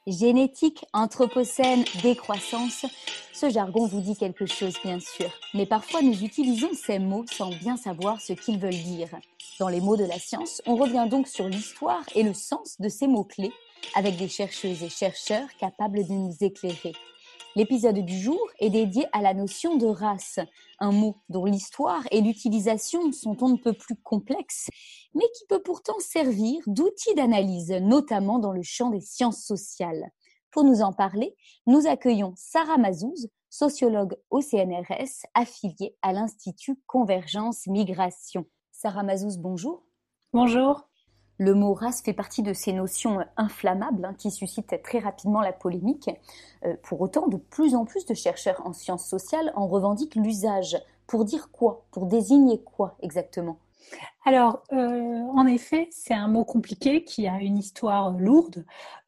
Génétique, anthropocène, décroissance, ce jargon vous dit quelque chose bien sûr, mais parfois nous utilisons ces mots sans bien savoir ce qu'ils veulent dire. Dans les mots de la science, on revient donc sur l'histoire et le sens de ces mots-clés, avec des chercheuses et chercheurs capables de nous éclairer. L'épisode du jour est dédié à la notion de race, un mot dont l'histoire et l'utilisation sont on ne peut plus complexes, mais qui peut pourtant servir d'outil d'analyse, notamment dans le champ des sciences sociales. Pour nous en parler, nous accueillons Sarah Mazouz, sociologue au CNRS, affiliée à l'Institut Convergence Migration. Sarah Mazouz, bonjour. Bonjour. Le mot race fait partie de ces notions inflammables qui suscitent très rapidement la polémique. Pour autant, de plus en plus de chercheurs en sciences sociales en revendiquent l'usage. Pour dire quoi ? Pour désigner quoi exactement ? Alors, en effet, c'est un mot compliqué qui a une histoire lourde,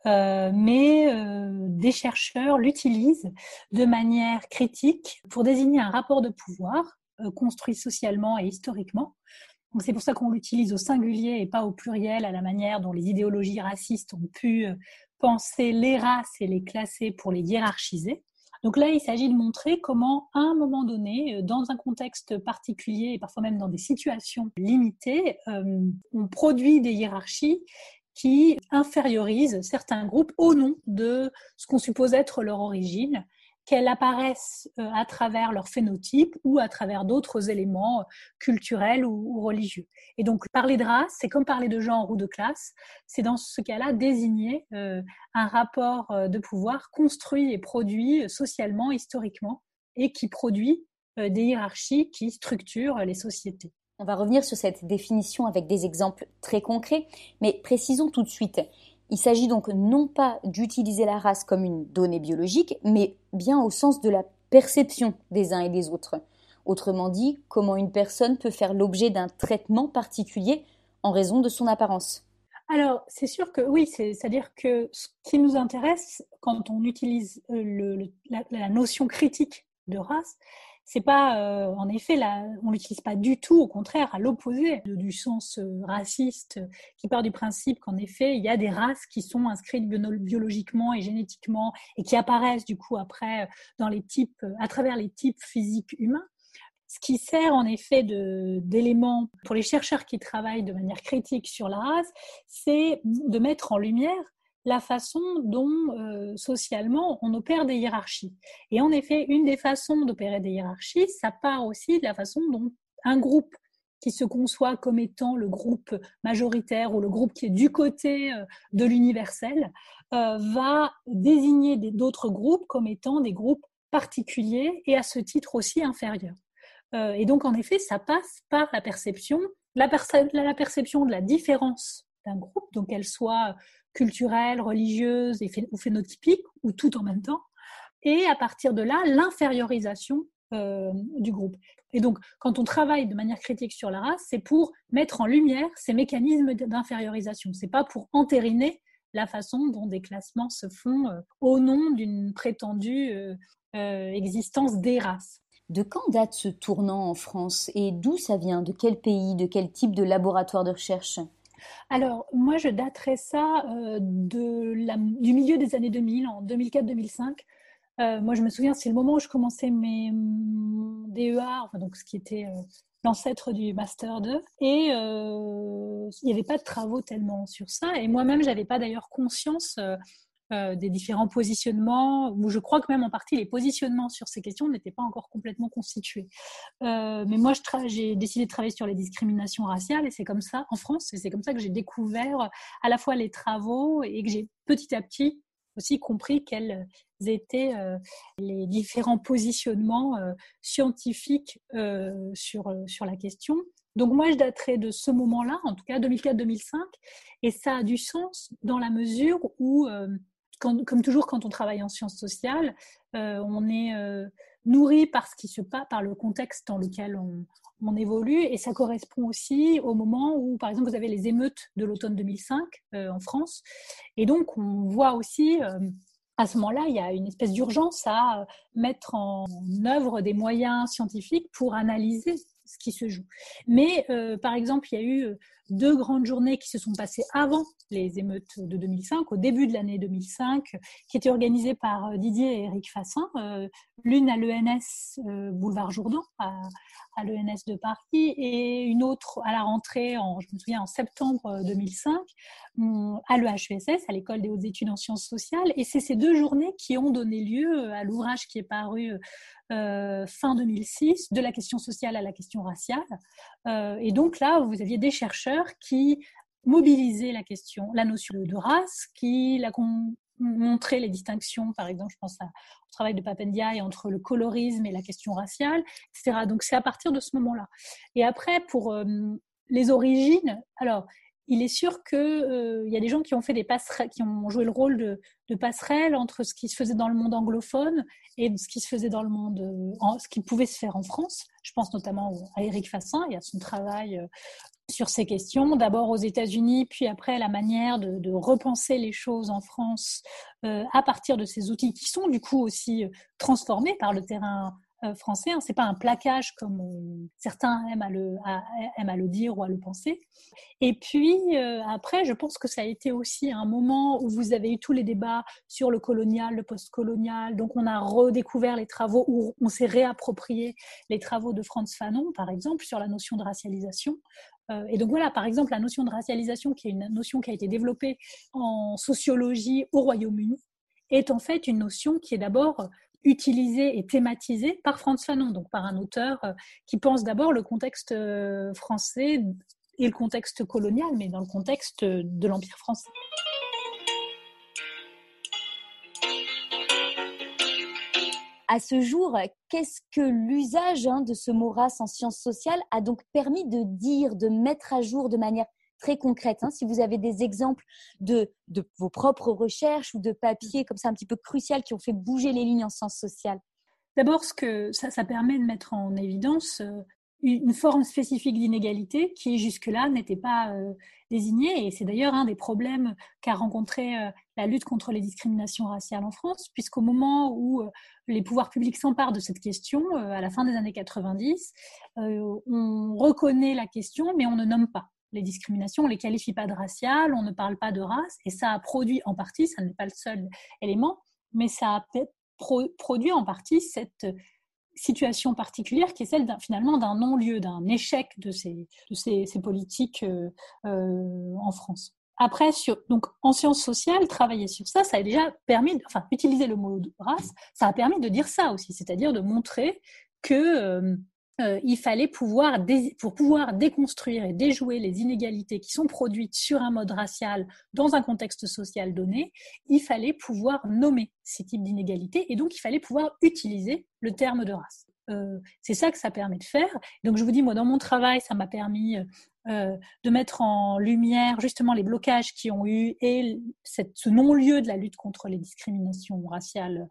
mais des chercheurs l'utilisent de manière critique pour désigner un rapport de pouvoir construit socialement et historiquement. Donc c'est pour ça qu'on l'utilise au singulier et pas au pluriel, à la manière dont les idéologies racistes ont pu penser les races et les classer pour les hiérarchiser. Donc là, il s'agit de montrer comment, à un moment donné, dans un contexte particulier et parfois même dans des situations limitées, on produit des hiérarchies qui infériorisent certains groupes au nom de ce qu'on suppose être leur origine, qu'elles apparaissent à travers leur phénotype ou à travers d'autres éléments culturels ou religieux. Et donc, parler de race, c'est comme parler de genre ou de classe, c'est dans ce cas-là désigner un rapport de pouvoir construit et produit socialement, historiquement, et qui produit des hiérarchies qui structurent les sociétés. On va revenir sur cette définition avec des exemples très concrets, mais précisons tout de suite. Il s'agit donc non pas d'utiliser la race comme une donnée biologique, mais bien au sens de la perception des uns et des autres. Autrement dit, comment une personne peut faire l'objet d'un traitement particulier en raison de son apparence. Alors, c'est sûr que oui, c'est-à-dire que ce qui nous intéresse quand on utilise la notion critique de race, c'est pas, en effet, on l'utilise pas du tout, au contraire, à l'opposé du sens raciste, qui part du principe qu'en effet, il y a des races qui sont inscrites biologiquement et génétiquement et qui apparaissent du coup après dans les types, à travers les types physiques humains. Ce qui sert en effet d'élément pour les chercheurs qui travaillent de manière critique sur la race, c'est de mettre en lumière la façon dont socialement on opère des hiérarchies. Et en effet, une des façons d'opérer des hiérarchies, ça part aussi de la façon dont un groupe qui se conçoit comme étant le groupe majoritaire ou le groupe qui est du côté de l'universel, va désigner d'autres groupes comme étant des groupes particuliers et à ce titre aussi inférieurs. Et donc, en effet, ça passe par la perception de la différence d'un groupe, donc qu'elle soit culturelle, religieuse ou phénotypique, ou tout en même temps, et à partir de là, l'infériorisation du groupe. Et donc, quand on travaille de manière critique sur la race, c'est pour mettre en lumière ces mécanismes d'infériorisation. C'est pas pour entériner la façon dont des classements se font au nom d'une prétendue existence des races. De quand date ce tournant en France et d'où ça vient ? De quel pays ? De quel type de laboratoire de recherche ? Alors, moi, je daterais ça du milieu des années 2000, en 2004-2005. Moi, je me souviens, c'est le moment où je commençais mon DEA, enfin, donc ce qui était l'ancêtre du Master 2. Et il n'y avait pas de travaux tellement sur ça. Et moi-même, je n'avais pas d'ailleurs conscience des différents positionnements, où je crois que même en partie les positionnements sur ces questions n'étaient pas encore complètement constitués. Mais moi, j'ai décidé de travailler sur les discriminations raciales, et c'est comme ça, en France, et c'est comme ça que j'ai découvert à la fois les travaux et que j'ai petit à petit aussi compris quels étaient les différents positionnements scientifiques sur la question. Donc moi, je daterais de ce moment-là, en tout cas 2004-2005, et ça a du sens dans la mesure où comme toujours quand on travaille en sciences sociales, on est nourri par ce qui se passe, par le contexte dans lequel on évolue, et ça correspond aussi au moment où, par exemple, vous avez les émeutes de l'automne 2005 en France, et donc on voit aussi à ce moment-là, il y a une espèce d'urgence à mettre en œuvre des moyens scientifiques pour analyser ce qui se joue. Mais par exemple, il y a eu 2 grandes journées qui se sont passées avant les émeutes de 2005, au début de l'année 2005, qui étaient organisées par Didier et Éric Fassin, l'une à l'ENS Boulevard Jourdan, à l'ENS de Paris, et une autre à la rentrée, je me souviens, en septembre 2005, à l'EHESS, à l'École des hautes études en sciences sociales. Et c'est ces 2 journées qui ont donné lieu à l'ouvrage qui est paru fin 2006, de la question sociale à la question raciale. Et donc là, vous aviez des chercheurs qui mobilisaient la notion de race, qui montraient les distinctions, par exemple, je pense au travail de Papendiaï entre le colorisme et la question raciale, etc. Donc c'est à partir de ce moment-là. Et après, pour les origines, alors il est sûr que y a des gens qui ont fait qui ont joué le rôle de passerelle entre ce qui se faisait dans le monde anglophone et ce qui se faisait dans le monde, ce qui pouvait se faire en France. Je pense notamment à Éric Fassin et à son travail sur ces questions, d'abord aux États-Unis, puis après la manière de repenser les choses en France à partir de ces outils qui sont du coup aussi transformés par le terrain français. C'est pas un plaquage comme certains aiment à le dire ou à le penser. Et puis après, je pense que ça a été aussi un moment où vous avez eu tous les débats sur le colonial, le post-colonial. Donc on a redécouvert les travaux, où on s'est réapproprié les travaux de Frantz Fanon, par exemple, sur la notion de racialisation. Et donc voilà, par exemple, la notion de racialisation, qui est une notion qui a été développée en sociologie au Royaume-Uni, est en fait une notion qui est d'abord utilisée et thématisée par Frantz Fanon, donc par un auteur qui pense d'abord le contexte français et le contexte colonial, mais dans le contexte de l'Empire français. À ce jour, qu'est-ce que l'usage de ce mot race en sciences sociales a donc permis de dire, de mettre à jour de manière très concrète, si vous avez des exemples de vos propres recherches ou de papiers comme ça un petit peu cruciaux qui ont fait bouger les lignes en sciences sociales? D'abord, ce que ça permet de mettre en évidence une forme spécifique d'inégalité qui jusque-là n'était pas désignée, et c'est d'ailleurs un des problèmes qu'a rencontré la lutte contre les discriminations raciales en France, puisqu'au moment où les pouvoirs publics s'emparent de cette question, à la fin des années 90, on reconnaît la question, mais on ne nomme pas les discriminations, on ne les qualifie pas de raciales, on ne parle pas de race, et ça a produit en partie, ça n'est pas le seul élément, mais ça a produit en partie cette situation particulière qui est celle finalement d'un non-lieu, d'un échec de ces politiques en France. Après, donc en sciences sociales, travailler sur ça, ça a déjà permis, utiliser le mot de race, ça a permis de dire ça aussi, c'est-à-dire de montrer que il fallait pour pouvoir déconstruire et déjouer les inégalités qui sont produites sur un mode racial dans un contexte social donné, il fallait pouvoir nommer ces types d'inégalités et donc il fallait pouvoir utiliser le terme de race. C'est ça que ça permet de faire. Donc je vous dis, moi dans mon travail, ça m'a permis de mettre en lumière justement les blocages qui ont eu et ce non-lieu de la lutte contre les discriminations raciales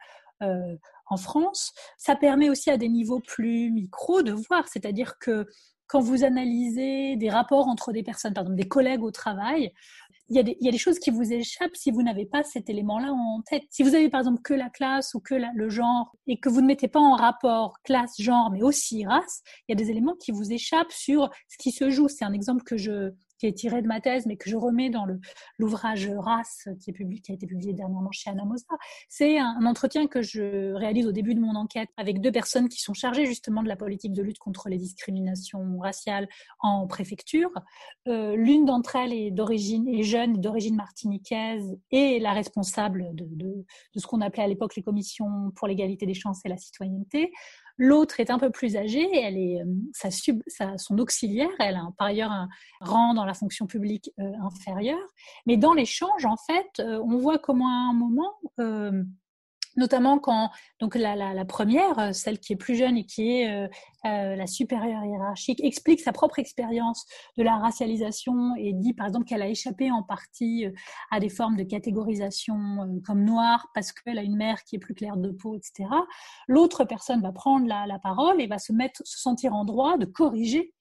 en France. Ça permet aussi à des niveaux plus micros de voir, c'est-à-dire que quand vous analysez des rapports entre des personnes, par exemple des collègues au travail, il y a des choses qui vous échappent si vous n'avez pas cet élément-là en tête. Si vous avez par exemple que la classe ou que le genre et que vous ne mettez pas en rapport classe, genre, mais aussi race, il y a des éléments qui vous échappent sur ce qui se joue. C'est un exemple qui est tiré de ma thèse, mais que je remets dans l'ouvrage Race, qui a été publié dernièrement chez Anna Mosa. C'est un entretien que je réalise au début de mon enquête avec 2 personnes qui sont chargées justement de la politique de lutte contre les discriminations raciales en préfecture. L'une d'entre elles est jeune, d'origine martiniquaise, et la responsable de ce qu'on appelait à l'époque les commissions pour l'égalité des chances et la citoyenneté. L'autre est un peu plus âgée, et elle est son auxiliaire, elle a par ailleurs un rang dans la fonction publique inférieure. Mais dans l'échange, en fait, on voit comment à un moment, notamment quand donc la première, celle qui est plus jeune et qui est la supérieure hiérarchique, explique sa propre expérience de la racialisation et dit par exemple qu'elle a échappé en partie à des formes de catégorisation comme noire parce qu'elle a une mère qui est plus claire de peau, etc. L'autre personne va prendre la parole et va se sentir en droit de corriger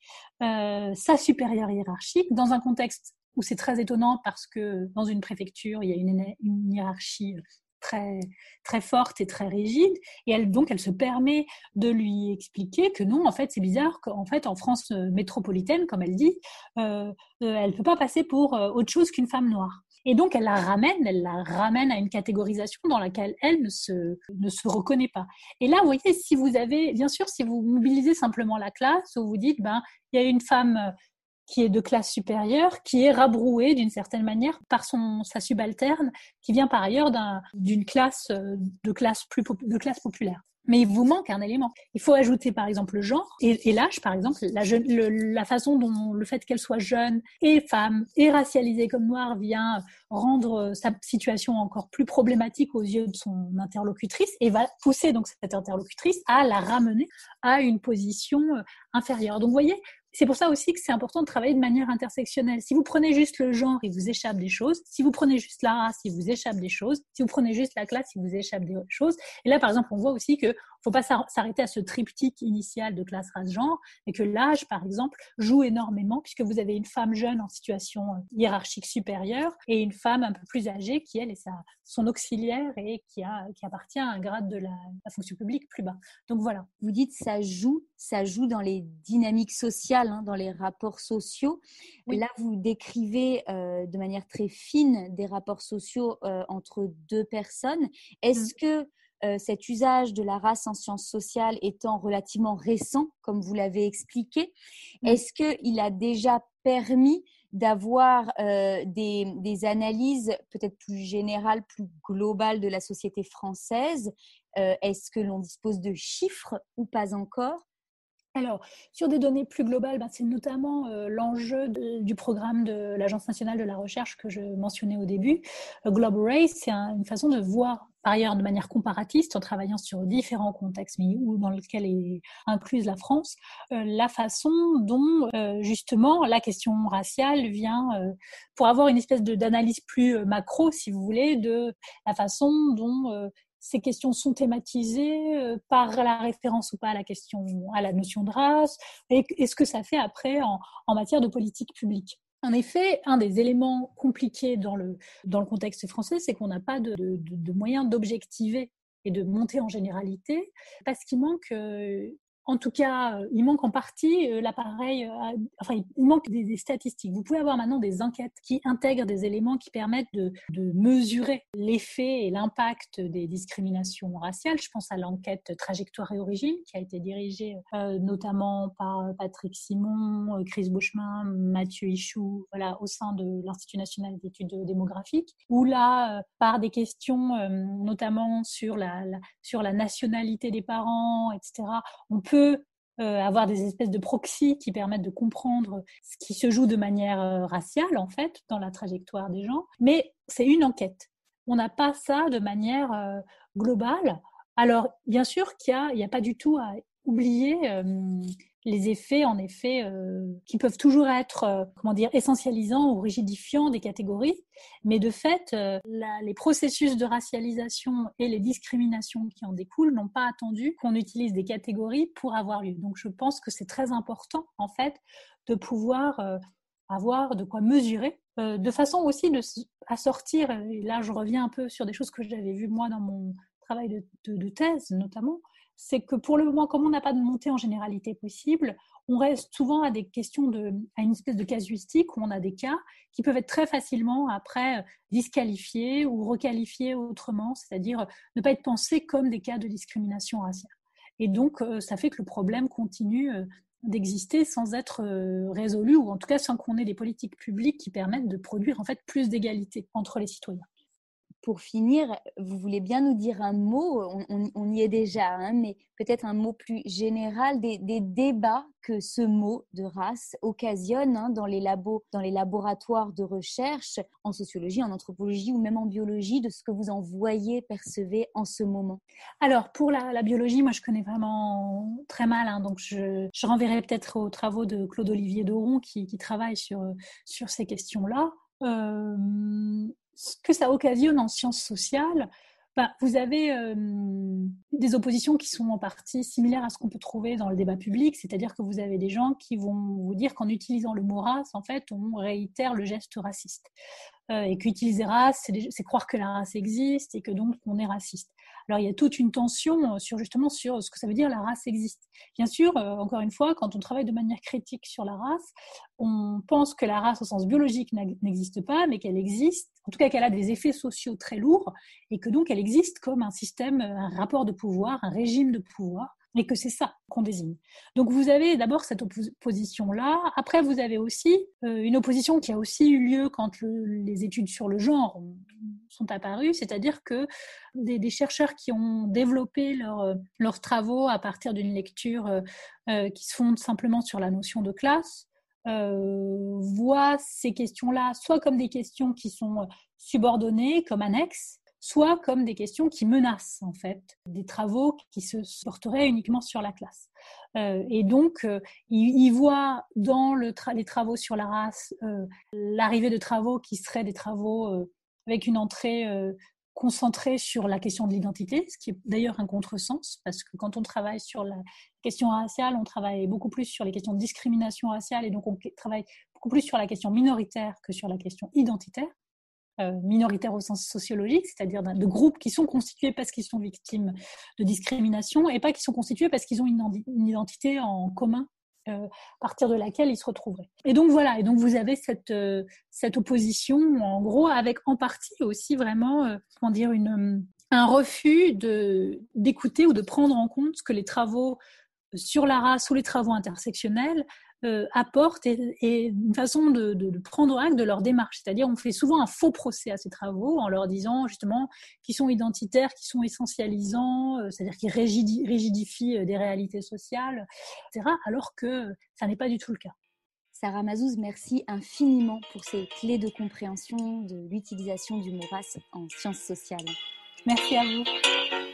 sa supérieure hiérarchique dans un contexte où c'est très étonnant parce que dans une préfecture, il y a une hiérarchie très, très forte et très rigide. Et elle se permet de lui expliquer que non, en fait, c'est bizarre qu'en fait, en France métropolitaine, comme elle dit, elle ne peut pas passer pour autre chose qu'une femme noire. Et donc, elle la ramène à une catégorisation dans laquelle elle ne se reconnaît pas. Et là, vous voyez, si vous mobilisez simplement la classe, où vous dites, il y a une femme qui est de classe supérieure, qui est rabrouée d'une certaine manière par sa subalterne, qui vient par ailleurs d'une classe de classe populaire. Mais il vous manque un élément. Il faut ajouter par exemple le genre et l'âge, par exemple, la façon dont le fait qu'elle soit jeune et femme et racialisée comme noire vient rendre sa situation encore plus problématique aux yeux de son interlocutrice et va pousser donc cette interlocutrice à la ramener à une position inférieure. Donc vous voyez, c'est pour ça aussi que c'est important de travailler de manière intersectionnelle. Si vous prenez juste le genre, il vous échappe des choses. Si vous prenez juste la race, il vous échappe des choses. Si vous prenez juste la classe, il vous échappe des choses. Et là, par exemple, on voit aussi que faut pas s'arrêter à ce triptyque initial de classe, race, genre, et que l'âge, par exemple, joue énormément puisque vous avez une femme jeune en situation hiérarchique supérieure et une femme un peu plus âgée qui, elle, est son auxiliaire et qui appartient à un grade de la fonction publique plus bas. Donc voilà. Vous dites ça joue dans les dynamiques sociales, dans les rapports sociaux. Oui. Là, vous décrivez de manière très fine des rapports sociaux entre deux personnes. Est-ce que cet usage de la race en sciences sociales étant relativement récent, comme vous l'avez expliqué, est-ce qu'il a déjà permis d'avoir des analyses peut-être plus générales, plus globales de la société française? Est-ce que l'on dispose de chiffres ou pas encore? Alors, sur des données plus globales, c'est notamment l'enjeu du programme de l'Agence nationale de la recherche que je mentionnais au début. Global Race, c'est une façon de voir, par ailleurs de manière comparatiste, en travaillant sur différents contextes, mais dans lequel est incluse la France, la façon dont, justement, la question raciale vient, pour avoir une espèce d'analyse plus macro, si vous voulez, de la façon dont ces questions sont thématisées par la référence ou pas à la notion de race, et ce que ça fait après en matière de politique publique. En effet, un des éléments compliqués dans le contexte français, c'est qu'on n'a pas de moyens d'objectiver et de monter en généralité, parce qu'il manque en tout cas, il manque en partie l'appareil, il manque des statistiques. Vous pouvez avoir maintenant des enquêtes qui intègrent des éléments qui permettent de mesurer l'effet et l'impact des discriminations raciales. Je pense à l'enquête Trajectoire et Origine qui a été dirigée notamment par Patrick Simon, Chris Beauchemin, Mathieu Ichou, au sein de l'Institut national d'études démographiques, où là, par des questions notamment sur la nationalité des parents, etc., on peut avoir des espèces de proxys qui permettent de comprendre ce qui se joue de manière raciale, en fait, dans la trajectoire des gens. Mais c'est une enquête. On n'a pas ça de manière globale. Alors, bien sûr qu'il n'y a pas du tout à oublier les effets, en effet, qui peuvent toujours être, essentialisants ou rigidifiants des catégories. Mais de fait, les processus de racialisation et les discriminations qui en découlent n'ont pas attendu qu'on utilise des catégories pour avoir lieu. Donc, je pense que c'est très important, en fait, de pouvoir avoir de quoi mesurer, de façon aussi à sortir, et là, je reviens un peu sur des choses que j'avais vues, moi, dans mon travail de thèse, notamment, c'est que pour le moment, comme on n'a pas de montée en généralité possible, on reste souvent à des questions à une espèce de casuistique où on a des cas qui peuvent être très facilement après disqualifiés ou requalifiés autrement, c'est-à-dire ne pas être pensés comme des cas de discrimination raciale. Et donc, ça fait que le problème continue d'exister sans être résolu, ou en tout cas sans qu'on ait des politiques publiques qui permettent de produire en fait plus d'égalité entre les citoyens. Pour finir, vous voulez bien nous dire un mot, on y est déjà, mais peut-être un mot plus général des débats que ce mot de race occasionne dans les laboratoires de recherche en sociologie, en anthropologie ou même en biologie, de ce que vous en voyez, percevez en ce moment. Alors, pour la biologie, moi je connais vraiment très mal, donc je renverrai peut-être aux travaux de Claude-Olivier Doron qui travaille sur ces questions-là. Ce que ça occasionne en sciences sociales, Vous avez des oppositions qui sont en partie similaires à ce qu'on peut trouver dans le débat public, c'est-à-dire que vous avez des gens qui vont vous dire qu'en utilisant le mot race, en fait, on réitère le geste raciste. Et qu'utiliser race, c'est croire que la race existe et que donc on est raciste. Alors il y a toute une tension sur ce que ça veut dire la race existe. Bien sûr, encore une fois, quand on travaille de manière critique sur la race, on pense que la race au sens biologique n'existe pas, mais qu'elle existe, en tout cas qu'elle a des effets sociaux très lourds et que donc elle existe comme un système, un rapport de pouvoir, un régime de pouvoir, et que c'est ça qu'on désigne. Donc vous avez d'abord cette opposition-là. Après, vous avez aussi une opposition qui a aussi eu lieu quand les études sur le genre sont apparues, c'est-à-dire que des chercheurs qui ont développé leurs travaux à partir d'une lecture qui se fonde simplement sur la notion de classe, voient ces questions-là soit comme des questions qui sont subordonnées, comme annexes, soit comme des questions qui menacent, en fait, des travaux qui se porteraient uniquement sur la classe. Et donc, ils voient dans les travaux sur la race l'arrivée de travaux qui seraient des travaux avec une entrée concentrée sur la question de l'identité, ce qui est d'ailleurs un contresens, parce que quand on travaille sur la question raciale, on travaille beaucoup plus sur les questions de discrimination raciale, et donc on travaille beaucoup plus sur la question minoritaire que sur la question identitaire. Minoritaires au sens sociologique, c'est-à-dire de groupes qui sont constitués parce qu'ils sont victimes de discrimination et pas qui sont constitués parce qu'ils ont une identité en commun à partir de laquelle ils se retrouveraient. Et donc voilà, et donc vous avez cette opposition, en gros, avec en partie aussi vraiment, un refus d'écouter ou de prendre en compte ce que les travaux sur la race ou les travaux intersectionnels apportent et une façon de prendre acte de leur démarche. C'est-à-dire, on fait souvent un faux procès à ces travaux en leur disant justement qu'ils sont identitaires, qu'ils sont essentialisants, c'est-à-dire qu'ils rigidifient des réalités sociales, etc., alors que ça n'est pas du tout le cas. Sarah Mazouz, merci infiniment pour ces clés de compréhension de l'utilisation du mot race en sciences sociales. Merci à vous.